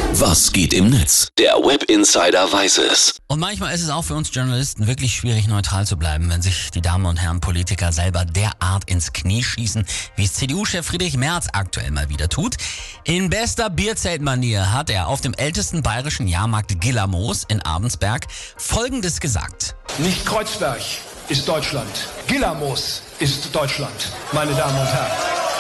Was geht im Netz? Der Web Insider weiß es. Und manchmal ist es auch für uns Journalisten wirklich schwierig, neutral zu bleiben, wenn sich die Damen und Herren Politiker selber derart ins Knie schießen, wie es CDU-Chef Friedrich Merz aktuell mal wieder tut. In bester Bierzeltmanier hat er auf dem ältesten bayerischen Jahrmarkt Gillermoos in Abensberg Folgendes gesagt. Nicht Kreuzberg ist Deutschland, Gillermoos ist Deutschland, meine Damen und Herren.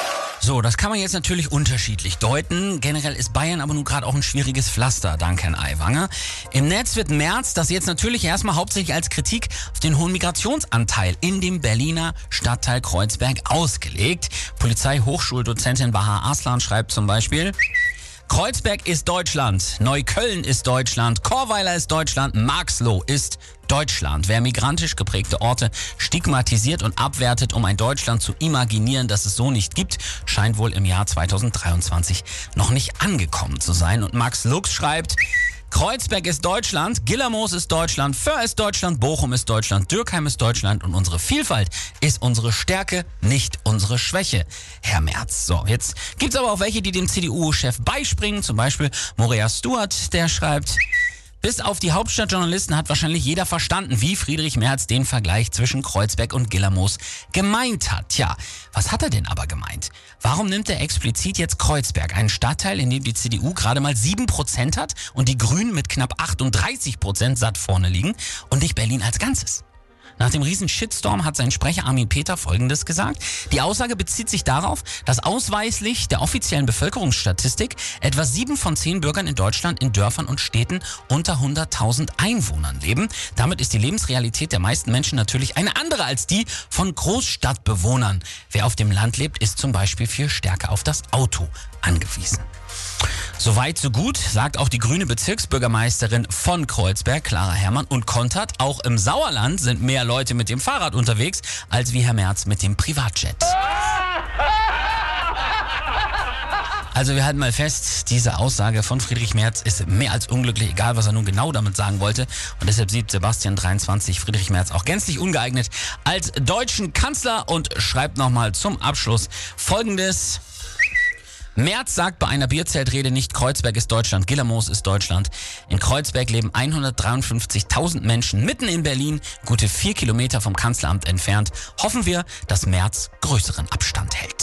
So, das kann man jetzt natürlich unterschiedlich deuten. Generell ist Bayern aber nun gerade auch ein schwieriges Pflaster, dank Herrn Aiwanger. Im Netz wird Merz das jetzt natürlich erstmal hauptsächlich als Kritik auf den hohen Migrationsanteil in dem Berliner Stadtteil Kreuzberg ausgelegt. Polizeihochschuldozentin Bahar Aslan schreibt zum Beispiel: Kreuzberg ist Deutschland, Neukölln ist Deutschland, Chorweiler ist Deutschland, Marxloh ist Deutschland. Wer migrantisch geprägte Orte stigmatisiert und abwertet, um ein Deutschland zu imaginieren, das es so nicht gibt, scheint wohl im Jahr 2023 noch nicht angekommen zu sein. Und Max Lux schreibt: Kreuzberg ist Deutschland, Gillermoos ist Deutschland, Föhr ist Deutschland, Bochum ist Deutschland, Dürkheim ist Deutschland und unsere Vielfalt ist unsere Stärke, nicht unsere Schwäche, Herr Merz. So, jetzt gibt's aber auch welche, die dem CDU-Chef beispringen, zum Beispiel Moria Stuart, der schreibt: Bis auf die Hauptstadtjournalisten hat wahrscheinlich jeder verstanden, wie Friedrich Merz den Vergleich zwischen Kreuzberg und Gillermoos gemeint hat. Tja, was hat er denn aber gemeint? Warum nimmt er explizit jetzt Kreuzberg, einen Stadtteil, in dem die CDU gerade mal 7% hat und die Grünen mit knapp 38% satt vorne liegen, und nicht Berlin als Ganzes? Nach dem riesen Shitstorm hat sein Sprecher Armin Peter Folgendes gesagt. Die Aussage bezieht sich darauf, dass ausweislich der offiziellen Bevölkerungsstatistik etwa 7 von 10 Bürgern in Deutschland in Dörfern und Städten unter 100.000 Einwohnern leben. Damit ist die Lebensrealität der meisten Menschen natürlich eine andere als die von Großstadtbewohnern. Wer auf dem Land lebt, ist zum Beispiel viel stärker auf das Auto angewiesen. Soweit, so gut, sagt auch die grüne Bezirksbürgermeisterin von Kreuzberg, Clara Herrmann, und kontert: Auch im Sauerland sind mehr Leute mit dem Fahrrad unterwegs, als wie Herr Merz mit dem Privatjet. Also wir halten mal fest, diese Aussage von Friedrich Merz ist mehr als unglücklich, egal was er nun genau damit sagen wollte. Und deshalb sieht Sebastian 23 Friedrich Merz auch gänzlich ungeeignet als deutschen Kanzler und schreibt nochmal zum Abschluss Folgendes: Merz sagt bei einer Bierzeltrede nicht, Kreuzberg ist Deutschland, Gillermoos ist Deutschland. In Kreuzberg leben 153.000 Menschen mitten in Berlin, gute 4 Kilometer vom Kanzleramt entfernt. Hoffen wir, dass Merz größeren Abstand hält.